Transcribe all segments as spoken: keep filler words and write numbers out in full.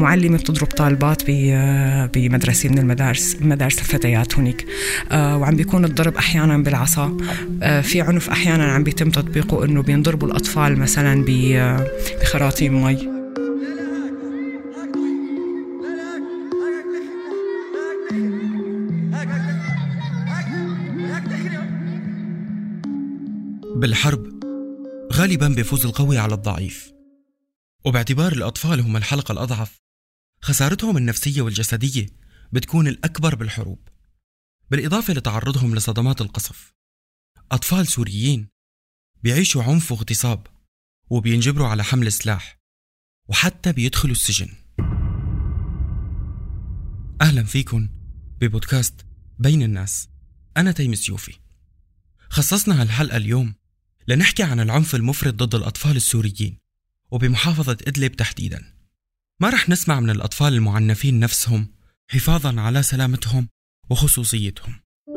معلمة بتضرب طالبات بمدرسة من المدارس مدارس الفتيات هناك، وعم بيكون الضرب أحيانا بالعصا. في عنف أحيانا عم بيتم تطبيقه إنه بينضربوا الأطفال مثلا بخراطيم مي. بالحرب غالباً بيفوز القوي على الضعيف، وباعتبار الأطفال هم الحلقة الأضعف خسارتهم النفسية والجسدية بتكون الأكبر بالحروب، بالإضافة لتعرضهم لصدمات القصف. أطفال سوريين بيعيشوا عنف واغتصاب وبينجبروا على حمل سلاح وحتى بيدخلوا السجن. أهلا فيكن ببودكاست بين الناس. أنا تيم سيوفي. خصصنا هالحلقة اليوم لنحكي عن العنف المفرط ضد الأطفال السوريين وبمحافظة إدلب تحديداً. ما رح نسمع من الأطفال المعنفين نفسهم حفاظاً على سلامتهم وخصوصيتهم.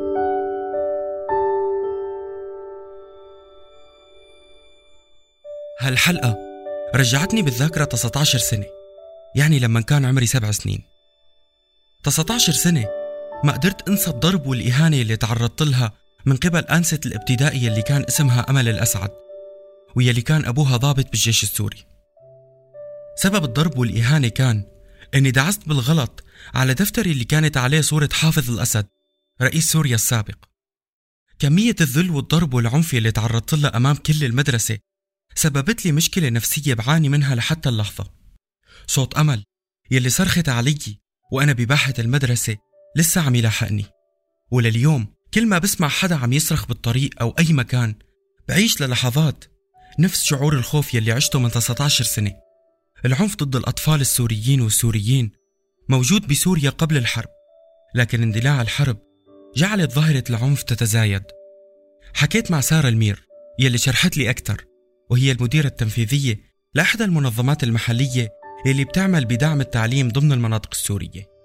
هالحلقة رجعتني بالذاكرة تسعة عشر سنة، يعني لما كان عمري سبع سنين. تسعة عشر سنة ما قدرت أنسى الضرب والإهانة اللي تعرضت لها من قبل آنسة الابتدائية اللي كان اسمها أمل الأسعد، ويلي كان أبوها ضابط بالجيش السوري. سبب الضرب والإهانة كان أني دعست بالغلط على دفتري اللي كانت عليه صورة حافظ الأسد رئيس سوريا السابق. كمية الذل والضرب والعنف اللي تعرضت لها أمام كل المدرسة سببت لي مشكلة نفسية بعاني منها لحتى اللحظة. صوت أمل يلي صرخت علي وأنا بباحة المدرسة لسه عم يلاحقني، ولليوم كل ما بسمع حدا عم يصرخ بالطريق أو أي مكان بعيش للحظات نفس شعور الخوف يلي عشته من تسعة عشر سنة. العنف ضد الأطفال السوريين والسوريين موجود بسوريا قبل الحرب، لكن اندلاع الحرب جعلت ظاهرة العنف تتزايد. حكيت مع سارة المير يلي شرحت لي أكتر، وهي المديرة التنفيذية لأحد المنظمات المحلية يلي بتعمل بدعم التعليم ضمن المناطق السورية.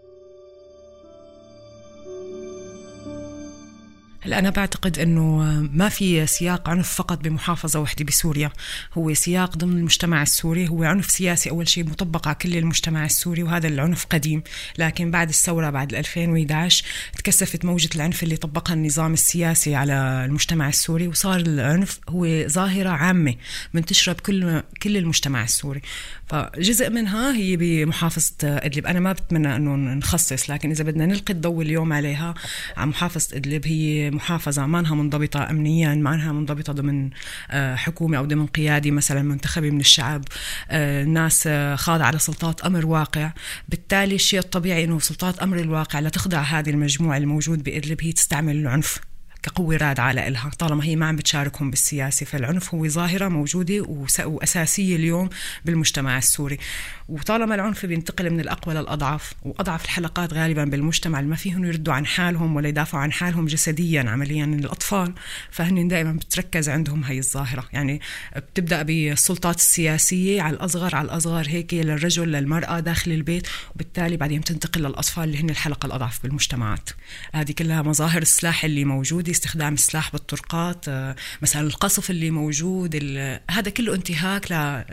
هلا أنا بعتقد أنه ما في سياق عنف فقط بمحافظة واحدة بسوريا، هو سياق ضمن المجتمع السوري، هو عنف سياسي أول شيء مطبق على كل المجتمع السوري، وهذا العنف قديم. لكن بعد الثورة بعد ألفين وإحدى عشر تكثفت موجة العنف اللي طبقها النظام السياسي على المجتمع السوري، وصار العنف هو ظاهرة عامة منتشرة بكل كل المجتمع السوري. فجزء منها هي بمحافظة إدلب. أنا ما بتمنى أنه نخصص، لكن إذا بدنا نلقي الضوء اليوم عليها، عن محافظة إدلب هي محافظة ما أنها منضبطة أمنيا، ما أنها منضبطة ضمن حكومة أو ضمن قيادي مثلا منتخبي من الشعب، الناس خاضعة على سلطات أمر واقع. بالتالي الشيء الطبيعي أنه سلطات أمر الواقع لا تخضع هذه المجموعة الموجود بإدلب هي تستعمل العنف كقوة رادعة لإلها طالما هي ما عم بتشاركهم بالسياسة. فالعنف هو ظاهرة موجودة وأساسية اليوم بالمجتمع السوري، وطالما العنف بينتقل من الأقوى للأضعف، وأضعف الحلقات غالبا بالمجتمع اللي ما فيهم يردوا عن حالهم ولا يدافعوا عن حالهم جسديا عمليا الأطفال، فهن دائما بتركز عندهم هاي الظاهرة. يعني بتبدأ بالسلطات السياسية على الأصغر على الأصغر هيك، للرجل للمرأة داخل البيت، وبالتالي بعدين تنتقل للأطفال اللي هن الحلقة الأضعف بالمجتممات. هذه كلها مظاهر السلاح اللي موجودة، استخدام السلاح بالطرقات، مثلا القصف اللي موجود، هذا كله انتهاك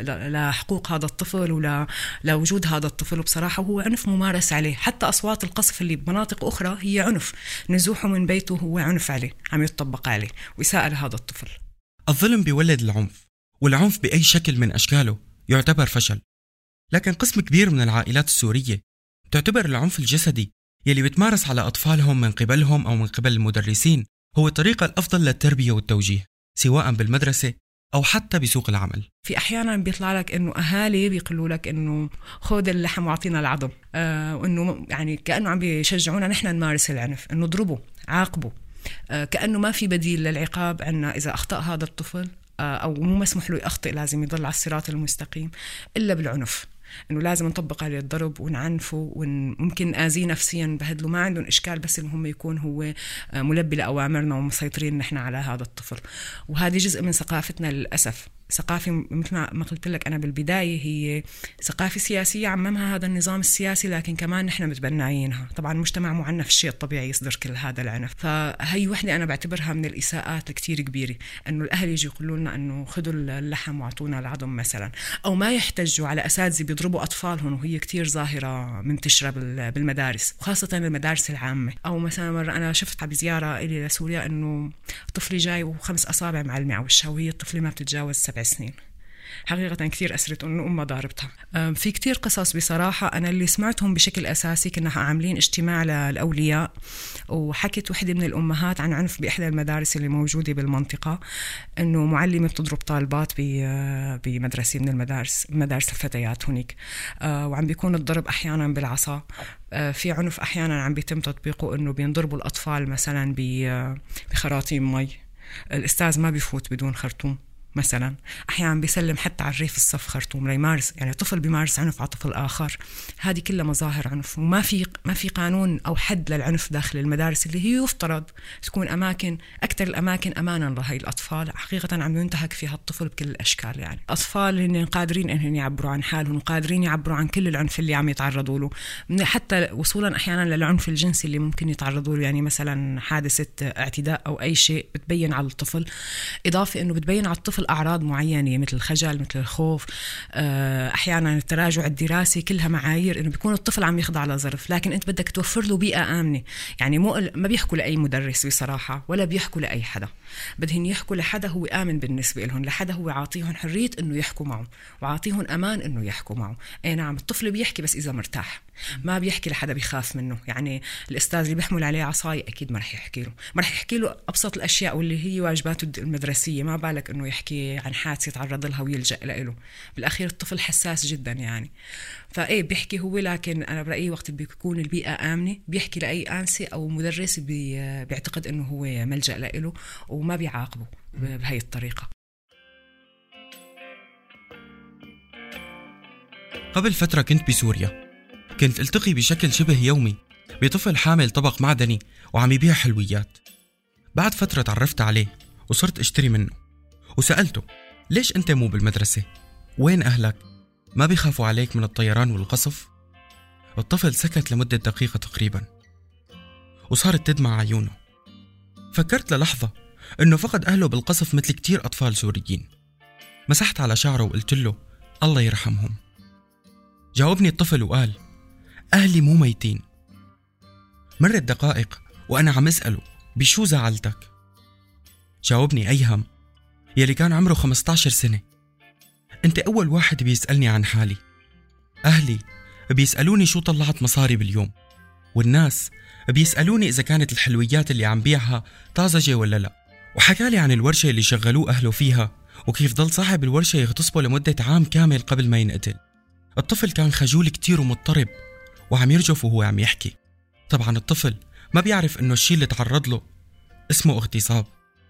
لحقوق هذا الطفل ولا لوجود هذا الطفل. وبصراحة هو عنف ممارس عليه. حتى أصوات القصف اللي بمناطق أخرى هي عنف، نزوحه من بيته هو عنف عليه، عم يطبق عليه وإساءة لهذا الطفل. الظلم بيولد العنف، والعنف بأي شكل من أشكاله يعتبر فشل. لكن قسم كبير من العائلات السورية تعتبر العنف الجسدي يلي بتمارس على أطفالهم من قبلهم أو من قبل المدرسين هو الطريقة الأفضل للتربية والتوجيه، سواء بالمدرسة أو حتى بسوق العمل. في أحيانا بيطلع لك إنه أهالي بيقولوا لك إنه خذ اللحم وعطينا العظم، آه وإنه يعني كأنه عم بيشجعونا نحن نمارس العنف، إنه ضربوا عاقبوا، آه كأنه ما في بديل للعقاب عنا إذا أخطأ هذا الطفل، آه أو مو مسموح له يخطئ، لازم يضل على الصراط المستقيم، إلا بالعنف. إنه لازم نطبق عليه الضرب ونعنفه وممكن آذيه نفسيا بهدله، ما عندهم إشكال، بس المهم يكون هو ملبي لأوامرنا ومسيطرين نحن على هذا الطفل. وهذه جزء من ثقافتنا للأسف ثقافة مثل ما قلت لك أنا بالبداية، هي ثقافة سياسية عممها هذا النظام السياسي، لكن كمان نحن متبنيينها. طبعا المجتمع معنف، الشيء الطبيعي يصدر كل هذا العنف. فهي وحدة أنا بعتبرها من الإساءات الكتير كبيرة، أنه الأهل يجي يقولوا لنا أنه خذوا اللحم واعطونا العظم مثلا، أو ما يحتجوا على أساتذة بيضربوا أطفالهم، وهي كتير ظاهرة منتشرة بالمدارس وخاصة المدارس العامة. أو مثلا مرة أنا شفت بزيارة إلي لسوريا أنه طفلي جاي وخمس أصابع معلمة على وشها، وهي الطفلة ما بتتجاوز سبع سنين. حقيقة كثير أسرت أنه أمها ضاربتها. في كتير قصص بصراحة أنا اللي سمعتهم بشكل أساسي. كنا عاملين اجتماع للأولياء، وحكت وحدة من الأمهات عن عنف بإحدى المدارس اللي موجودة بالمنطقة، أنه معلمة بتضرب طالبات بمدرسة من المدارس مدارس الفتيات هناك، وعم بيكون الضرب أحيانا بالعصا. في عنف أحيانا عم بيتم تطبيقه، أنه بينضربوا الأطفال مثلا بخراطيم مي، الأستاذ ما بيفوت بدون خرطوم مثلا. أحيانا بيسلم حتى على الريف الصف خرطوم ليمارس، يعني طفل بيمارس عنف على طفل آخر. هذه كلها مظاهر عنف، وما في ما في قانون أو حد للعنف داخل المدارس اللي هي يفترض تكون أماكن أكثر الأماكن أمانا لهي الأطفال. حقيقة عم ينتهك فيها الطفل بكل الأشكال. يعني أطفال اللي قادرين إنهم يعبروا عن حالهم، وقادرين يعبروا عن كل العنف اللي عم يتعرضوا له، حتى وصولا أحيانا للعنف الجنسي اللي ممكن يتعرضوا له. يعني مثلا حادثة اعتداء أو أي شيء بتبين على الطفل، إضافة إنه بتبين على الطفل أعراض معينة مثل الخجل، مثل الخوف، أحيانا التراجع الدراسي. كلها معايير إنه بيكون الطفل عم يخضع لظرف، لكن أنت بدك توفر له بيئة آمنة. يعني مو ما بيحكوا لأي مدرس بصراحة، ولا بيحكوا لأي حدا، بدهن يحكوا لحدا هو آمن بالنسبة لهم، لحدا هو عاطيهم حرية إنه يحكوا معه، وعاطيهم أمان إنه يحكوا معه. أي نعم، الطفل بيحكي بس إذا مرتاح، ما بيحكي لحدا بيخاف منه. يعني الأستاذ اللي بيحمل عليه عصاية أكيد ما رح يحكي له، ما رح يحكي له أبسط الأشياء واللي هي واجباته المدرسية، ما بالك إنه يحكي عن حادثة يتعرض لها ويلجأ له. بالأخير الطفل حساس جدا يعني. فإيه بيحكي هو، لكن أنا برأيي وقت بيكون البيئة آمنة بيحكي لأي آنسة أو مدرس بي بيعتقد إنه هو ملجأ له، وما بيعاقبه بهاي الطريقة. قبل فترة كنت بسوريا، كنت التقي بشكل شبه يومي بطفل حامل طبق معدني وعم يبيع حلويات. بعد فترة تعرفت عليه وصرت اشتري منه، وسألته ليش أنت مو بالمدرسة؟ وين أهلك؟ ما بيخافوا عليك من الطيران والقصف؟ الطفل سكت لمدة دقيقة تقريبا، وصارت تدمع عيونه. فكرت للحظة إنه فقد أهله بالقصف مثل كتير أطفال سوريين. مسحت على شعره وقلت له الله يرحمهم. جاوبني الطفل وقال أهلي مو ميتين. مرت دقائق وأنا عم أسأله بشو زعلتك؟ جاوبني أيهم يلي كان عمره خمسة عشر سنة، أنت أول واحد بيسألني عن حالي. أهلي بيسألوني شو طلعت مصاري باليوم، والناس بيسألوني إذا كانت الحلويات اللي عم بيعها طازجة ولا لا. وحكالي عن الورشة اللي شغلوه أهله فيها، وكيف ضل صاحب الورشة يغتصبه لمدة عام كامل قبل ما ينقتل. الطفل كان خجول كتير ومضطرب وعم يرجف وهو عم يحكي. طبعا الطفل ما بيعرف إنه الشيء اللي تعرض له اسمه اغتصاب.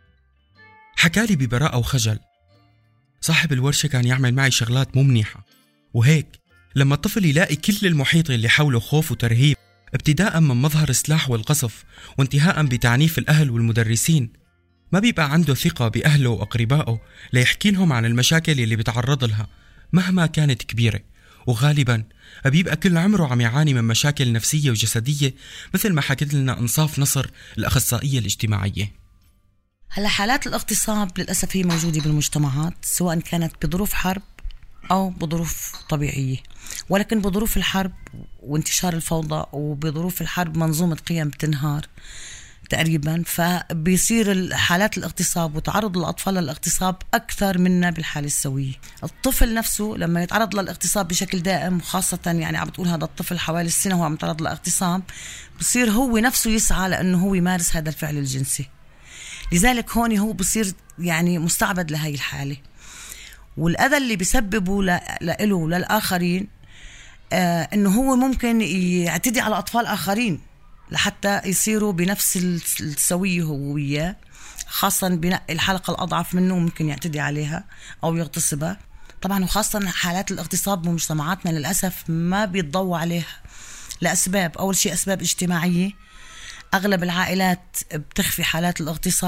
حكالي ببراءة وخجل صاحب الورشة كان يعمل معي شغلات مو منيحة، وهيك لما الطفل يلاقي كل المحيط اللي حوله خوف وترهيب، ابتداء من مظهر السلاح والقصف وانتهاء بتعنيف الأهل والمدرسين، ما بيبقى عنده ثقة بأهله وأقربائه ليحكي لهم عن المشاكل اللي بيتعرض لها مهما كانت كبيرة. وغالبا بيبقى كل عمره عم يعاني من مشاكل نفسية وجسدية، مثل ما حكت لنا انصاف نصر الأخصائية الاجتماعية. هلا حالات الاغتصاب للأسف هي موجودة بالمجتمعات، سواء كانت بظروف حرب أو بظروف طبيعية. ولكن بظروف الحرب وانتشار الفوضى وبظروف الحرب منظومة قيم بتنهار تقريبا، فبيصير حالات الاغتصاب وتعرض الأطفال للاغتصاب أكثر منا بالحالة السوية. الطفل نفسه لما يتعرض للاغتصاب بشكل دائم، وخاصة يعني عم بتقول هذا الطفل حوالي السنة هو عم يتعرض للاغتصاب، بصير هو نفسه يسعى لأنه هو يمارس هذا الفعل الجنسي. لذلك هون هو بصير يعني مستعبد لهي الحالة، والأذى اللي بيسببه له وللآخرين آه إنه هو ممكن يعتدي على أطفال آخرين لحتى يصيروا بنفس السوية هو وياه، خاصة بنقي الحلقة الأضعف منه ممكن يعتدي عليها أو يغتصبها. طبعا وخاصة حالات الاغتصاب بمجتمعاتنا للأسف ما بيتضوى عليها لأسباب. أول شيء أسباب اجتماعية، أغلب العائلات بتخفي حالات الاغتصاب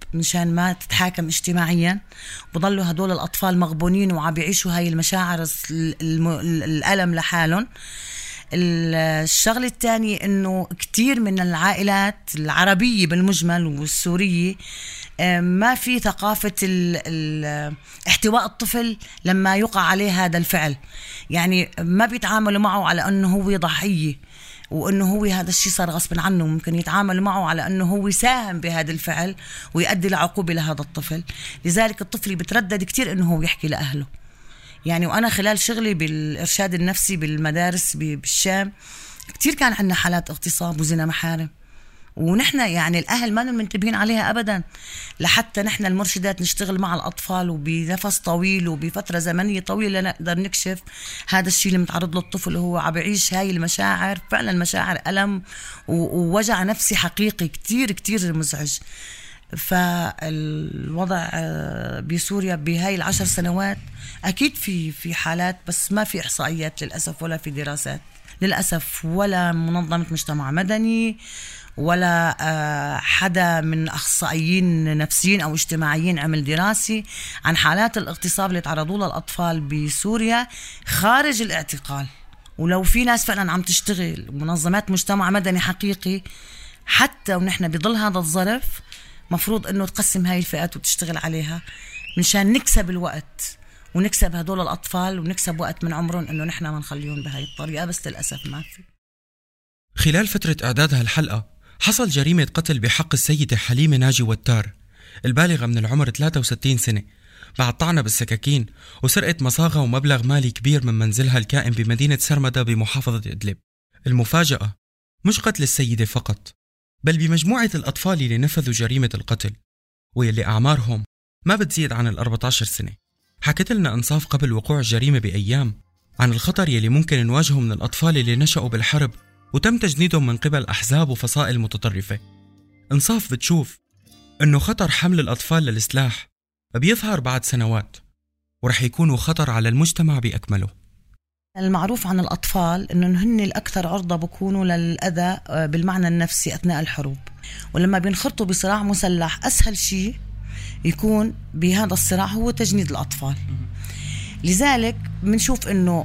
مشان ما تتحاكم اجتماعيا، بضلوا هدول الأطفال مغبونين وعم بيعيشوا هاي المشاعر الألم لحالهم. الشغلة الثانية إنه كتير من العائلات العربية بالمجمل والسورية ما في ثقافة احتواء الطفل لما يقع عليه هذا الفعل، يعني ما بيتعاملوا معه على أنه هو ضحية وأنه هو هذا الشيء صار غصب عنه، ممكن يتعاملوا معه على أنه هو يساهم بهذا الفعل ويؤدي لعقوبة لهذا الطفل. لذلك الطفل بيتردد كتير أنه هو يحكي لأهله. يعني وأنا خلال شغلي بالإرشاد النفسي بالمدارس بالشام كتير كان عندنا حالات اغتصاب وزنا محارم، ونحن يعني الأهل ما منتبهين عليها أبدا، لحتى نحن المرشدات نشتغل مع الأطفال وبنفس طويل وبفترة زمنية طويلة نقدر نكشف هذا الشيء اللي متعرض له الطفل، وهو عم يعيش هاي المشاعر فعلا مشاعر ألم ووجع نفسي حقيقي كتير كتير مزعج. فالوضع بسوريا بهاي العشر سنوات أكيد في في حالات، بس ما في إحصائيات للأسف ولا في دراسات للأسف، ولا منظمة مجتمع مدني ولا حدا من أخصائيين نفسيين أو اجتماعيين عمل دراسي عن حالات الاغتصاب اللي تعرضوا لها الأطفال بسوريا خارج الاعتقال. ولو في ناس فعلا عم تشتغل منظمات مجتمع مدني حقيقي حتى ونحن بظل هذا الظرف، مفروض أنه تقسم هاي الفئات وتشتغل عليها منشان نكسب الوقت ونكسب هدول الأطفال ونكسب وقت من عمرهم أنه نحن ما نخليهم بهاي الطريقة، بس للأسف ما في. خلال فترة إعداد هالحلقة حصل جريمة قتل بحق السيدة حليمة ناجي وتار البالغة من العمر ثلاثة وستين سنة بعد طعنة بالسكاكين وسرقة مصاغة ومبلغ مالي كبير من منزلها الكائن بمدينة سرمدة بمحافظة إدلب. المفاجأة مش قتل السيدة فقط، بل بمجموعة الأطفال اللي نفذوا جريمة القتل واللي أعمارهم ما بتزيد عن الأربعة عشر سنة. حكت لنا أنصاف قبل وقوع الجريمة بأيام عن الخطر يلي ممكن نواجهه من الأطفال اللي نشأوا بالحرب وتم تجنيدهم من قبل أحزاب وفصائل متطرفة. انصاف بتشوف أنه خطر حمل الأطفال للسلاح بيظهر بعد سنوات ورح يكونوا خطر على المجتمع بأكمله. المعروف عن الأطفال أنه هن الأكثر عرضة بيكونوا للأذى بالمعنى النفسي أثناء الحروب، ولما بينخرطوا بصراع مسلح أسهل شيء يكون بهذا الصراع هو تجنيد الأطفال. لذلك بنشوف أنه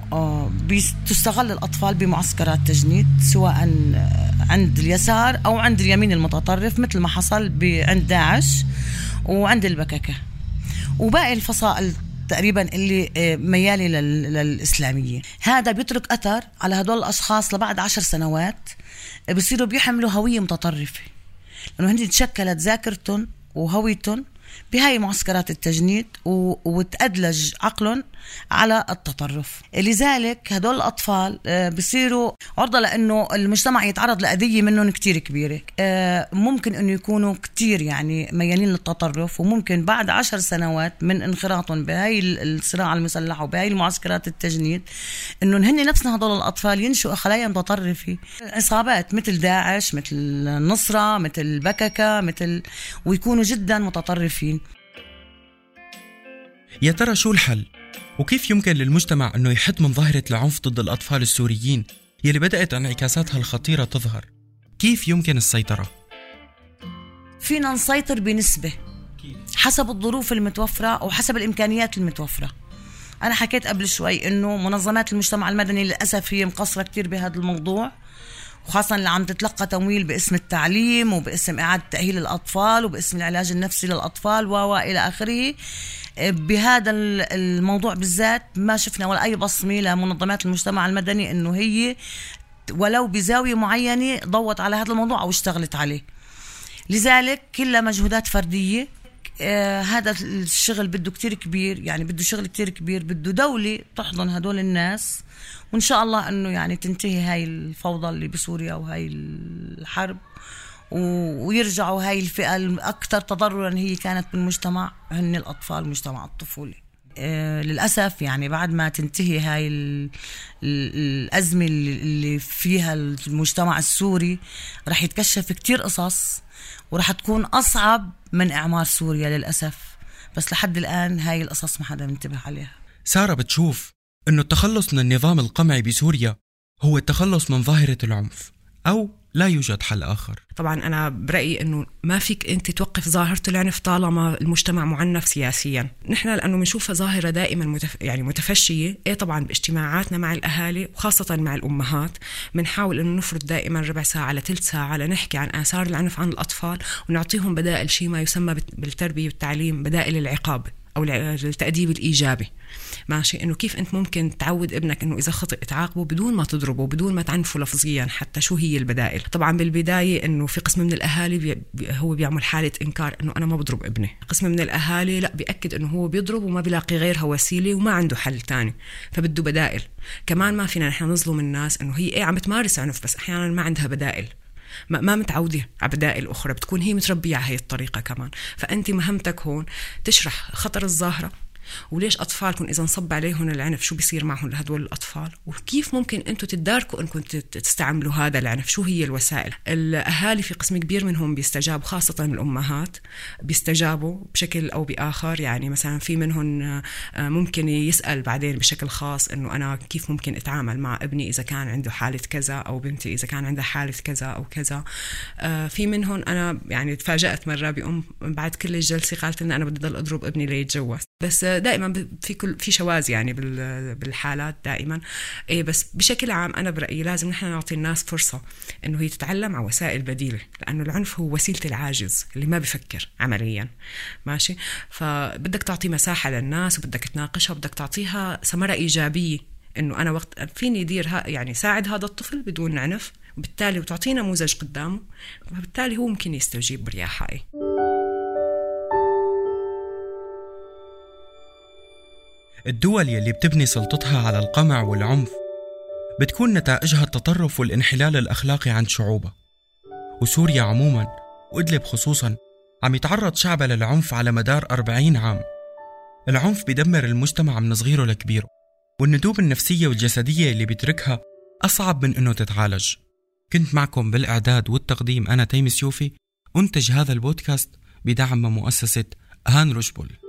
بتستغل الأطفال بمعسكرات تجنيد سواء عند اليسار أو عند اليمين المتطرف، مثل ما حصل عند داعش وعند البككة وباقي الفصائل تقريبا اللي ميالي للإسلامية. هذا بيترك أثر على هدول الأشخاص لبعد عشر سنوات، بيصيروا بيحملوا هوية متطرفة لأنه هندي تشكلت ذاكرتهم وهويتهم بهاي معسكرات التجنيد وتأدلج عقلهم على التطرف. لذلك هدول الأطفال بيصيروا عرضة لأنه المجتمع يتعرض لأذية منهم كتير كبيرة. ممكن أنه يكونوا كتير يعني ميالين للتطرف، وممكن بعد عشر سنوات من انخراطهم بهاي الصراع المسلح وبهاي المعسكرات التجنيد أنه هن نفسنا هدول الأطفال ينشئوا خلايا متطرفة، عصابات مثل داعش مثل النصرة مثل بككة مثل، ويكونوا جدا متطرفين. يا ترى شو الحل؟ وكيف يمكن للمجتمع أنه يحد من ظاهرة العنف ضد الأطفال السوريين يلي بدأت انعكاساتها الخطيرة تظهر؟ كيف يمكن السيطرة؟ فينا نسيطر بنسبة حسب الظروف المتوفرة وحسب الإمكانيات المتوفرة. أنا حكيت قبل شوي أنه منظمات المجتمع المدني للأسف هي مقصرة كتير بهذا الموضوع، وخاصة اللي عم تتلقى تمويل باسم التعليم وباسم إعادة تأهيل الأطفال وباسم العلاج النفسي للأطفال وإلى آخره. بهذا الموضوع بالذات ما شفنا ولا أي بصمة لمنظمات المجتمع المدني أنه هي ولو بزاوية معينة ضوت على هذا الموضوع أو اشتغلت عليه. لذلك كلها مجهودات فردية. آه هذا الشغل بده كتير كبير، يعني بده شغل كتير كبير، بده دولة تحضن هدول الناس، وإن شاء الله أنه يعني تنتهي هاي الفوضى اللي بسوريا وهاي الحرب، ويرجعوا هاي الفئة الأكثر تضررا هي كانت بالمجتمع هن الأطفال مجتمع الطفولة. آه للأسف يعني بعد ما تنتهي هاي الأزمة اللي فيها المجتمع السوري رح يتكشف كتير قصص ورح تكون أصعب من إعمار سوريا للأسف، بس لحد الآن هاي القصص ما حدا منتبه عليها. سارة بتشوف إنه التخلص من النظام القمعي بسوريا هو التخلص من ظاهرة العنف، أو لا يوجد حل آخر. طبعا أنا برأيي أنه ما فيك أنت توقف ظاهرة العنف طالما المجتمع معنف سياسيا. نحن لأنه بنشوفها ظاهرة دائما متف... يعني متفشية. إيه طبعا باجتماعاتنا مع الأهالي وخاصة مع الأمهات بنحاول أنه نفرض دائما ربع ساعة على ثلث ساعة لنحكي عن آثار العنف عن الأطفال ونعطيهم بدائل شيء ما يسمى بالتربية والتعليم بدائل العقاب أو التأديب الإيجابي. ماشي، إنه كيف أنت ممكن تعود ابنك إنه إذا خطئ تعاقبه بدون ما تضربه بدون ما تعنفه لفظيا. حتى شو هي البدائل؟ طبعا بالبداية إنه في قسم من الأهالي بي هو بيعمل حالة إنكار إنه أنا ما بضرب ابني. قسم من الأهالي لا، بيأكد إنه هو بيضرب وما بيلاقي غيرها وسيلة وما عنده حل تاني فبده بدائل. كمان ما فينا نحن نظلم الناس إنه هي إيه عم تمارس عنف بس أحيانا ما عندها بدائل، ما, ما متعودة على بدائل أخرى، بتكون هي متربية على هي الطريقة كمان. فأنت مهمتك هون تشرح خطر الظاهرة وليش أطفالكم إذا نصب عليهم العنف شو بيصير معهم لهدول الأطفال، وكيف ممكن أنتوا تتداركوا أنكم تستعملوا هذا العنف، شو هي الوسائل. الأهالي في قسم كبير منهم بيستجابوا، خاصة الأمهات بيستجابوا بشكل أو بآخر. يعني مثلا في منهم ممكن يسأل بعدين بشكل خاص أنه أنا كيف ممكن أتعامل مع ابني إذا كان عنده حالة كذا أو بنتي إذا كان عندها حالة كذا أو كذا. في منهم أنا يعني تفاجأت مرة بأم بعد كل الجلسة قالت لنا أنا بدي ضل أضرب ابني ليتجوز. بس دائما في كل في شواذ يعني بالحالات دائما. إيه بس بشكل عام أنا برأيي لازم نحن نعطي الناس فرصة إنه هي تتعلم على وسائل بديلة، لأنه العنف هو وسيلة العاجز اللي ما بيفكر عمليا. ماشي، فبدك تعطي مساحة للناس وبدك تناقشها وبدك تعطيها ثمرة إيجابية إنه أنا وقت فيني يدير يعني ساعد هذا الطفل بدون عنف، وبالتالي وتعطينا نموذج قدامه وبالتالي هو ممكن يستجيب برياحة. إيه الدول يلي بتبني سلطتها على القمع والعنف بتكون نتائجها التطرف والانحلال الأخلاقي عند شعوبها، وسوريا عموما وإدلب خصوصا عم يتعرض شعبها للعنف على مدار أربعين عام. العنف بيدمر المجتمع من صغيره لكبيره، والندوب النفسية والجسدية اللي بيتركها أصعب من أنه تتعالج. كنت معكم بالإعداد والتقديم أنا تيمي سيوفي، أنتج هذا البودكاست بدعم من مؤسسة هان روشبول.